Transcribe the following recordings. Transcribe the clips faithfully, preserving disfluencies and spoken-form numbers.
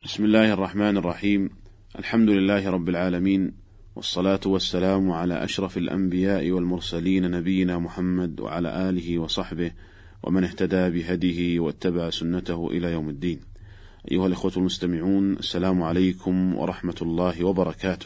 بسم الله الرحمن الرحيم. الحمد لله رب العالمين، والصلاة والسلام على أشرف الأنبياء والمرسلين نبينا محمد وعلى آله وصحبه ومن اهتدى بهديه واتبع سنته إلى يوم الدين. أيها الإخوة المستمعون، السلام عليكم ورحمة الله وبركاته.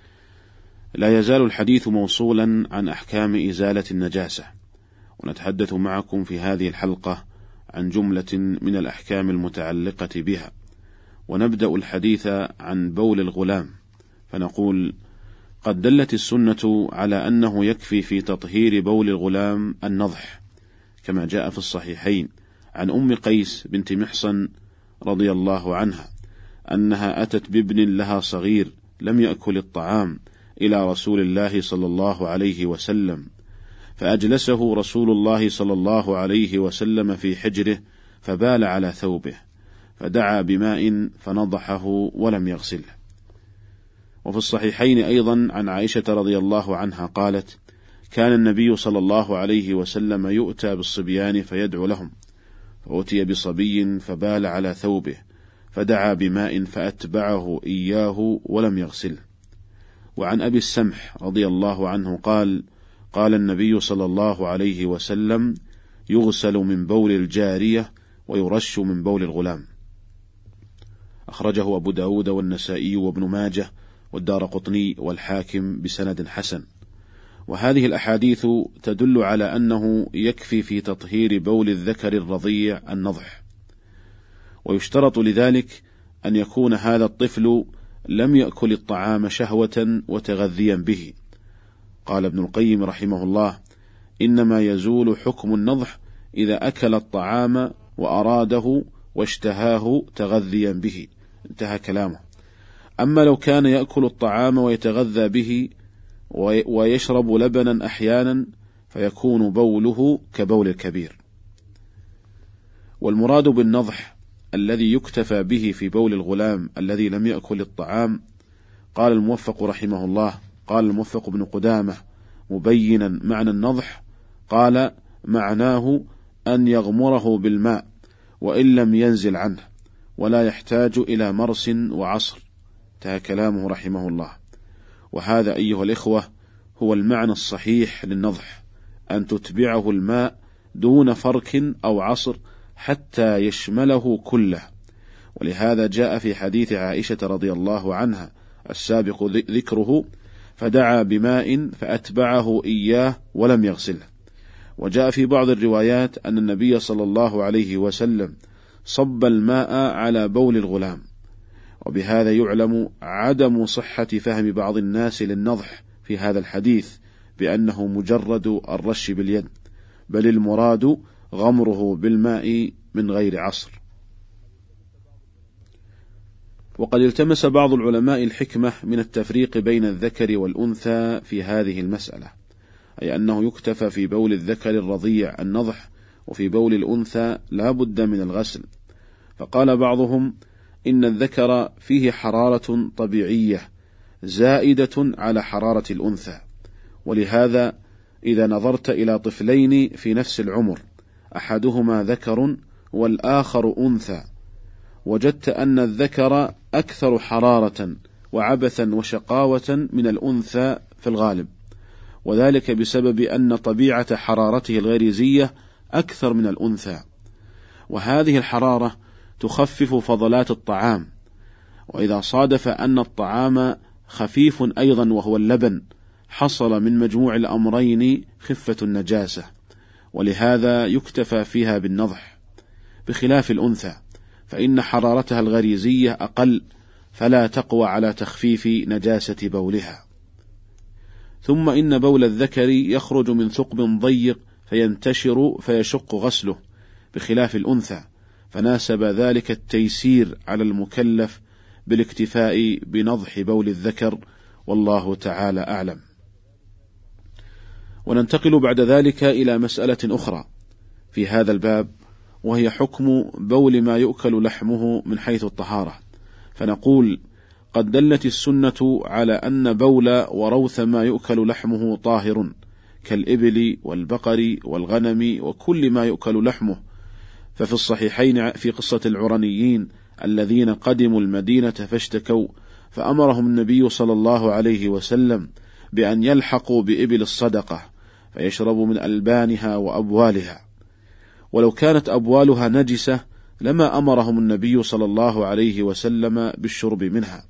لا يزال الحديث موصولا عن أحكام إزالة النجاسة، ونتحدث معكم في هذه الحلقة عن جملة من الأحكام المتعلقة بها. ونبدأ الحديث عن بول الغلام، فنقول: قد دلت السنة على أنه يكفي في تطهير بول الغلام النضح، كما جاء في الصحيحين عن أم قيس بنت محصن رضي الله عنها أنها أتت بابن لها صغير لم يأكل الطعام إلى رسول الله صلى الله عليه وسلم، فأجلسه رسول الله صلى الله عليه وسلم في حجره فبال على ثوبه، فدعا بماء فنضحه ولم يغسله. وفي الصحيحين أيضا عن عائشة رضي الله عنها قالت: كان النبي صلى الله عليه وسلم يؤتى بالصبيان فيدعو لهم، فأتي بصبي فبال على ثوبه فدعا بماء فأتبعه إياه ولم يغسله. وعن أبي السمح رضي الله عنه قال: قال النبي صلى الله عليه وسلم: يغسل من بول الجارية ويرش من بول الغلام. أخرجه أبو داود والنسائي وابن ماجه والدارقطني والحاكم بسند حسن. وهذه الأحاديث تدل على أنه يكفي في تطهير بول الذكر الرضيع النضح، ويشترط لذلك أن يكون هذا الطفل لم يأكل الطعام شهوة وتغذيا به. قال ابن القيم رحمه الله: إنما يزول حكم النضح إذا أكل الطعام وأراده واشتهاه تغذيا به، انتهى كلامه. أما لو كان يأكل الطعام ويتغذى به ويشرب لبنا أحيانا فيكون بوله كبول الكبير. والمراد بالنضح الذي يكتفى به في بول الغلام الذي لم يأكل الطعام. قال الموفق رحمه الله، قال الموفق بن قدامة مبينا معنى النضح، قال: معناه أن يغمره بالماء وإن لم ينزل عنه، ولا يحتاج إلى مرس وعصر، انتهى كلامه رحمه الله. وهذا أيها الإخوة هو المعنى الصحيح للنضح، أن تتبعه الماء دون فرك أو عصر حتى يشمله كله. ولهذا جاء في حديث عائشة رضي الله عنها السابق ذكره: فدعا بماء فأتبعه إياه ولم يغسله. وجاء في بعض الروايات أن النبي صلى الله عليه وسلم صب الماء على بول الغلام. وبهذا يعلم عدم صحة فهم بعض الناس للنضح في هذا الحديث بأنه مجرد الرش باليد، بل المراد غمره بالماء من غير عصر. وقد التمس بعض العلماء الحكمة من التفريق بين الذكر والأنثى في هذه المسألة، أي أنه يكتفى في بول الذكر الرضيع النضح، وفي بول الأنثى لا بد من الغسل. فقال بعضهم: إن الذكر فيه حرارة طبيعية زائدة على حرارة الأنثى، ولهذا إذا نظرت إلى طفلين في نفس العمر أحدهما ذكر والآخر أنثى، وجدت أن الذكر أكثر حرارة وعبثا وشقاوة من الأنثى في الغالب، وذلك بسبب أن طبيعة حرارته الغريزية أكثر من الأنثى. وهذه الحرارة تخفف فضلات الطعام، وإذا صادف أن الطعام خفيف أيضا وهو اللبن حصل من مجموع الأمرين خفة النجاسة، ولهذا يكتفى فيها بالنضح، بخلاف الأنثى فإن حرارتها الغريزية أقل فلا تقوى على تخفيف نجاسة بولها. ثم إن بول الذكر يخرج من ثقب ضيق فينتشر فيشق غسله، بخلاف الأنثى، فناسب ذلك التيسير على المكلف بالاكتفاء بنضح بول الذكر، والله تعالى أعلم. وننتقل بعد ذلك إلى مسألة أخرى في هذا الباب، وهي حكم بول ما يؤكل لحمه من حيث الطهارة. فنقول: قد دلت السنة على أن بول وروث ما يؤكل لحمه طاهر، كالإبل والبقر والغنم وكل ما يؤكل لحمه. ففي الصحيحين في قصة العرنيين الذين قدموا المدينة فاشتكوا، فأمرهم النبي صلى الله عليه وسلم بأن يلحقوا بإبل الصدقة فيشربوا من ألبانها وأبوالها، ولو كانت أبوالها نجسة لما أمرهم النبي صلى الله عليه وسلم بالشرب منها.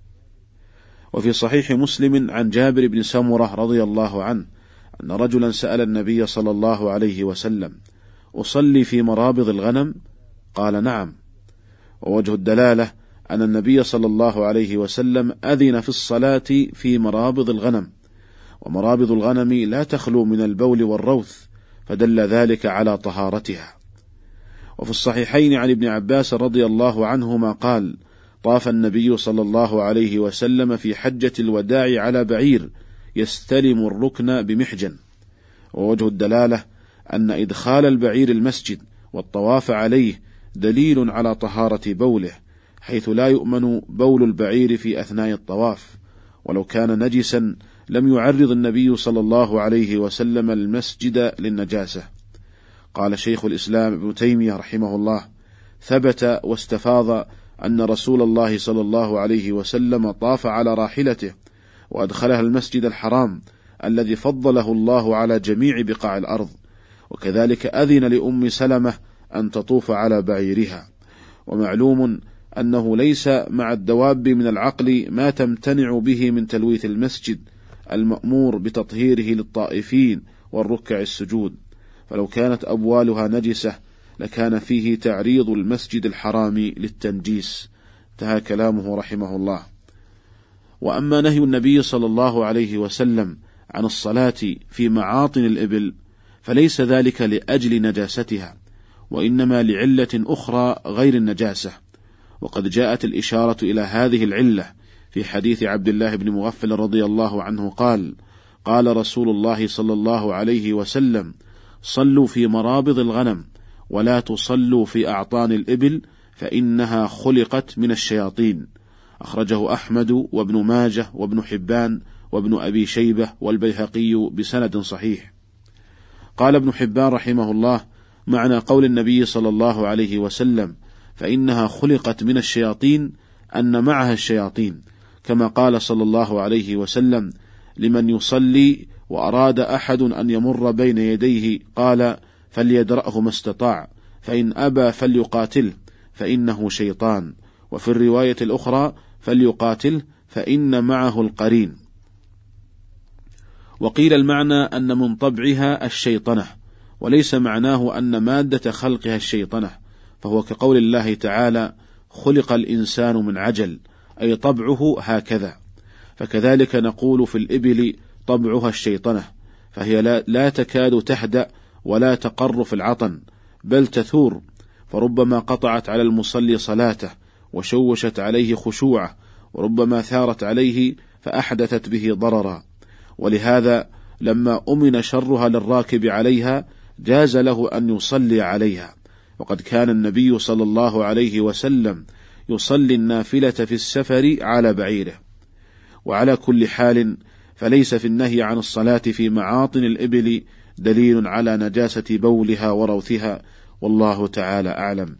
وفي صحيح مسلم عن جابر بن سمرة رضي الله عنه أن رجلا سأل النبي صلى الله عليه وسلم: أصلي في مرابض الغنم؟ قال: نعم. ووجه الدلالة أن النبي صلى الله عليه وسلم أذن في الصلاة في مرابض الغنم، ومرابض الغنم لا تخلو من البول والروث، فدل ذلك على طهارتها. وفي الصحيحين عن ابن عباس رضي الله عنهما قال: طاف النبي صلى الله عليه وسلم في حجة الوداع على بعير يستلم الركن بمحجن. ووجه الدلالة أن إدخال البعير المسجد والطواف عليه دليل على طهارة بوله، حيث لا يؤمن بول البعير في أثناء الطواف، ولو كان نجسا لم يعرض النبي صلى الله عليه وسلم المسجد للنجاسة. قال شيخ الإسلام ابن تيمية رحمه الله: ثبت واستفاض أن رسول الله صلى الله عليه وسلم طاف على راحلته وأدخلها المسجد الحرام الذي فضله الله على جميع بقاع الأرض، وكذلك أذن لأم سلمة أن تطوف على بعيرها. ومعلوم أنه ليس مع الدواب من العقل ما تمتنع به من تلويث المسجد المأمور بتطهيره للطائفين والركع السجود، فلو كانت أبوالها نجسة لكان فيه تعريض المسجد الحرام للتنجيس. انتهى كلامه رحمه الله. وأما نهي النبي صلى الله عليه وسلم عن الصلاة في معاطن الإبل فليس ذلك لأجل نجاستها، وإنما لعلة أخرى غير النجاسة، وقد جاءت الإشارة إلى هذه العلة في حديث عبد الله بن مغفل رضي الله عنه قال: قال رسول الله صلى الله عليه وسلم: صلوا في مرابض الغنم ولا تصلوا في أعطان الإبل فإنها خلقت من الشياطين. أخرجه أحمد وابن ماجه وابن حبان وابن أبي شيبة والبيهقي بسند صحيح. قال ابن حبان رحمه الله: معنى قول النبي صلى الله عليه وسلم فإنها خلقت من الشياطين أن معها الشياطين، كما قال صلى الله عليه وسلم لمن يصلي وأراد أحد أن يمر بين يديه قال: فليدرأه ما استطاع، فإن أبى فليقاتله فإنه شيطان، وفي الرواية الأخرى: فليقاتله فإن معه القرين. وقيل المعنى أن من طبعها الشيطنة، وليس معناه أن مادة خلقها الشيطنة، فهو كقول الله تعالى: خلق الإنسان من عجل، أي طبعه هكذا. فكذلك نقول في الإبل طبعها الشيطنة، فهي لا, لا تكاد تهدأ ولا تقر في العطن، بل تثور، فربما قطعت على المصلي صلاته وشوشت عليه خشوعه، وربما ثارت عليه فأحدثت به ضررا. ولهذا لما أمن شرها للراكب عليها جاز له أن يصلي عليها، وقد كان النبي صلى الله عليه وسلم يصلي النافلة في السفر على بعيره. وعلى كل حال فليس في النهي عن الصلاة في معاطن الإبل دليل على نجاسة بولها وروثها، والله تعالى أعلم.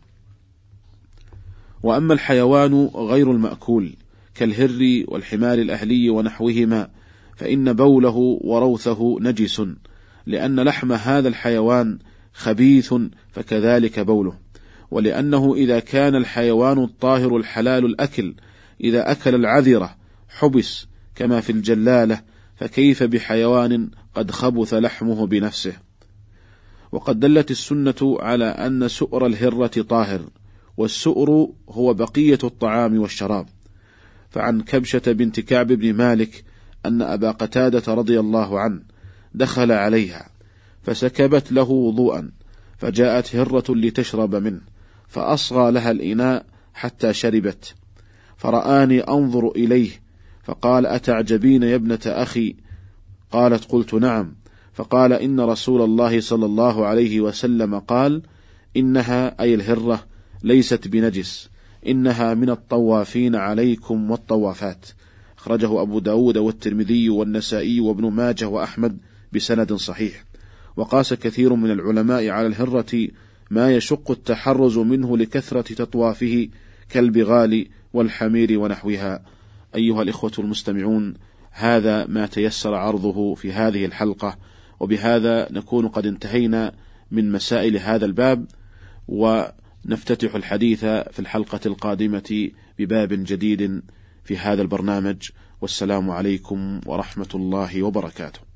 وأما الحيوان غير المأكول كالهر والحمار الأهلي ونحوهما فإن بوله وروثه نجس، لأن لحم هذا الحيوان خبيث فكذلك بوله، ولأنه إذا كان الحيوان الطاهر الحلال الأكل إذا أكل العذرة حبس كما في الجلالة، فكيف بحيوان قد خبث لحمه بنفسه؟ وقد دلت السنة على أن سؤر الهرة طاهر، والسؤر هو بقية الطعام والشراب. فعن كبشة بنت كعب بن مالك أن أبا قتادة رضي الله عنه دخل عليها فسكبت له وضوءا، فجاءت هرة لتشرب منه فأصغى لها الإناء حتى شربت، فرآني أنظر إليه فقال: أتعجبين يا ابنة أخي؟ قالت: قلت نعم. فقال: إن رسول الله صلى الله عليه وسلم قال: إنها أي الهرة ليست بنجس، إنها من الطوافين عليكم والطوافات. أخرجه أبو داود والترمذي والنسائي وابن ماجه وأحمد بسند صحيح. وقاس كثير من العلماء على الهرة ما يشق التحرز منه لكثرة تطوافه كالبغال والحمير ونحوها. أيها الإخوة المستمعون، هذا ما تيسر عرضه في هذه الحلقة، وبهذا نكون قد انتهينا من مسائل هذا الباب، ونفتتح الحديث في الحلقة القادمة بباب جديد في هذا البرنامج. والسلام عليكم ورحمة الله وبركاته.